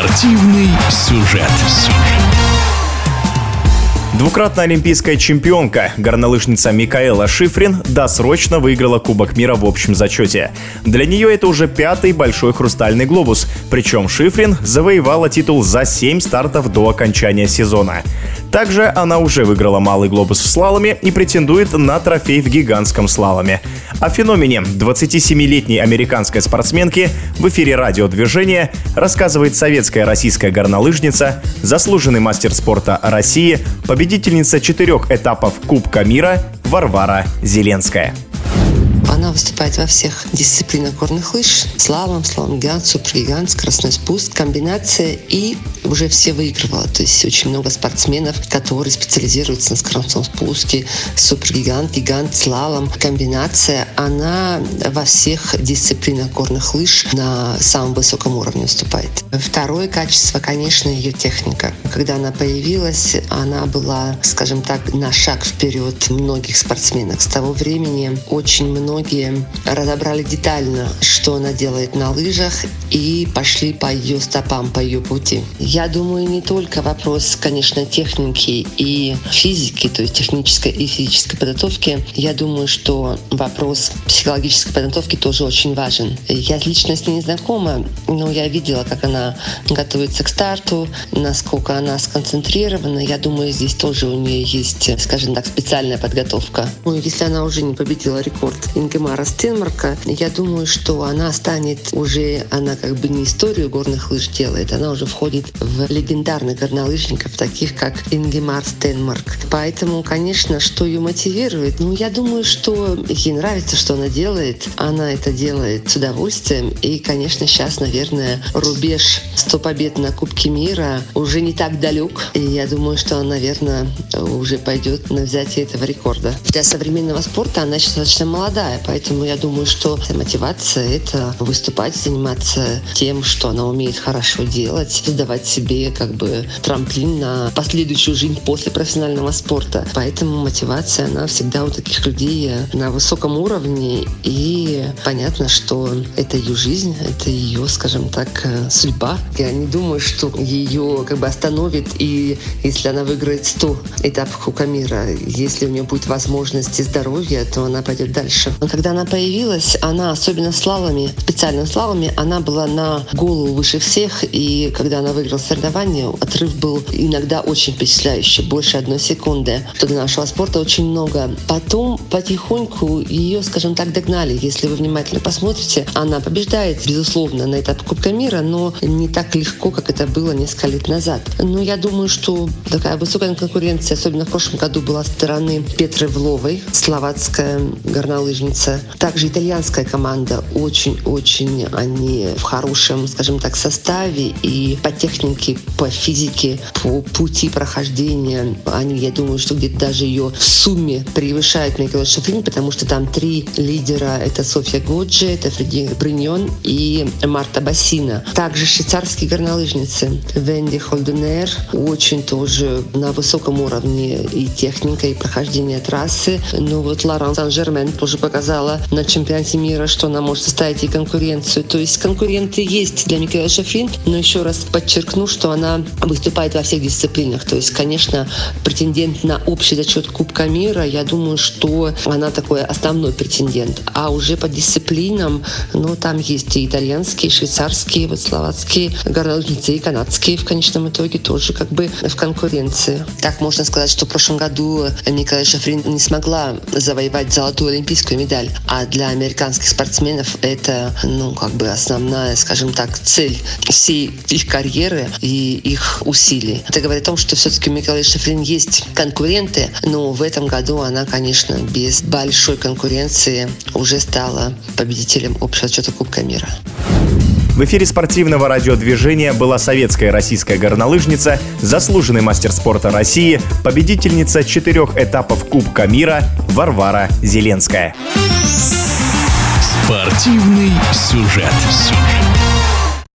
Спортивный сюжет. Двукратная олимпийская чемпионка, горнолыжница Микаэла Шифрин досрочно выиграла Кубок мира в общем зачете. Для нее это уже 5-й большой хрустальный глобус, причем Шифрин завоевала титул за 7 стартов до окончания сезона. Также она уже выиграла малый глобус в слаломе и претендует на трофей в гигантском слаломе. О феномене 27-летней американской спортсменки в эфире радиодвижения рассказывает советская российская горнолыжница, заслуженный мастер спорта России, победительница 4 этапов Кубка мира Варвара Зеленская. Она выступает во всех дисциплинах горных лыж: слалом, слалом-гигант, супергигант, скоростной спуск, комбинация, и уже все выигрывала. То есть очень много спортсменов, которые специализируются на скоростном спуске: супергигант, гигант, слалом, комбинация. Она во всех дисциплинах горных лыж на самом высоком уровне выступает. Второе качество, конечно, ее техника. Когда она появилась, она была, скажем так, на шаг вперед многих спортсменок. С того времени очень многие разобрали детально, что она делает на лыжах, и пошли по ее стопам, по ее пути. Я думаю, не только вопрос, конечно, техники и физики, то есть технической и физической подготовки. Я думаю, что вопрос психологической подготовки тоже очень важен. Я лично с ней не знакома, но я видела, как она готовится к старту, насколько она сконцентрирована. Я думаю, здесь тоже у нее есть, скажем так, специальная подготовка. Ну, если она уже не победила рекорд Ингемара Стенмарка, я думаю, что она станет уже, она как бы не историю горных лыж делает, она уже входит в легендарных горнолыжников, таких как Ингемар Стенмарк. Поэтому, конечно, что ее мотивирует? Ну, я думаю, что ей нравится, что она делает. Она это делает с удовольствием. И, конечно, сейчас, наверное, рубеж 100 побед на Кубке мира уже не так далек. И я думаю, что она, наверное, уже пойдет на взятие этого рекорда. Для современного спорта она сейчас достаточно молодая, поэтому я думаю, что мотивация — это выступать, заниматься тем, что она умеет хорошо делать, создавать себе как бы трамплин на последующую жизнь после профессионального спорта. Поэтому мотивация, она всегда у таких людей на высоком уровне, и понятно, что это ее жизнь, это ее, скажем так, судьба. Я не думаю, что ее как бы остановит, и если она выиграет 100 этапов Кубка мира, если у нее будет возможность и здоровье, то она пойдет дальше. Но когда она появилась, она, особенно в слаломе, специальном слаломе, она была на голову выше всех, и когда она выиграла соревнования, отрыв был иногда очень впечатляющий, больше 1 секунды, что для нашего спорта очень много. Потом потихоньку ее, скажем так, догнали. Если вы внимательно посмотрите, она побеждает, безусловно, на этапе Кубка мира, но не так легко, как это было несколько лет назад. Но я думаю, что такая высокая конкуренция, особенно в прошлом году, была со стороны Петры Вловой, словацкая горнолыжница. Также итальянская команда, очень-очень они в хорошем, скажем так, составе, и по технике, по физике, по пути прохождения они, я думаю, что где-то даже ее в сумме превышают Микаэлу Шифрин, потому что там 3 лидера: это Софья Годжи, это Фредерик Бриньон и Марта Бассина. Также швейцарские горнолыжницы Венди Холденер, очень тоже на высоком уровне и техника, и прохождение трассы. Но вот Лоран Сан-Жермен тоже показала на чемпионате мира, что она может составить и конкуренцию. То есть конкуренты есть для Микаэлы Шифрин, но еще раз подчеркну, что она выступает во всех дисциплинах. То есть, конечно, претендент на общий зачет Кубка мира, я думаю, что она такой основной претендент. А уже по дисциплинам, ну, там есть и итальянские, и швейцарские, вот словацкие горнолыжницы, и канадские в конечном итоге тоже как бы в конкуренции. Так можно сказать, что в прошлом году Микаэла Шифрин не смогла завоевать золотую олимпийскую медаль, а для американских спортсменов это, ну, как бы основная, скажем так, цель всей их карьеры и их усилий. Это говорит о том, что все-таки у Микаэлы Шифрин есть конкуренты, но в этом году она, конечно, без большой конкуренции уже стала победителем общего зачета Кубка мира. В эфире спортивного радиодвижения была советская российская горнолыжница, заслуженный мастер спорта России, победительница 4 этапов Кубка мира Варвара Зеленская. Спортивный сюжет.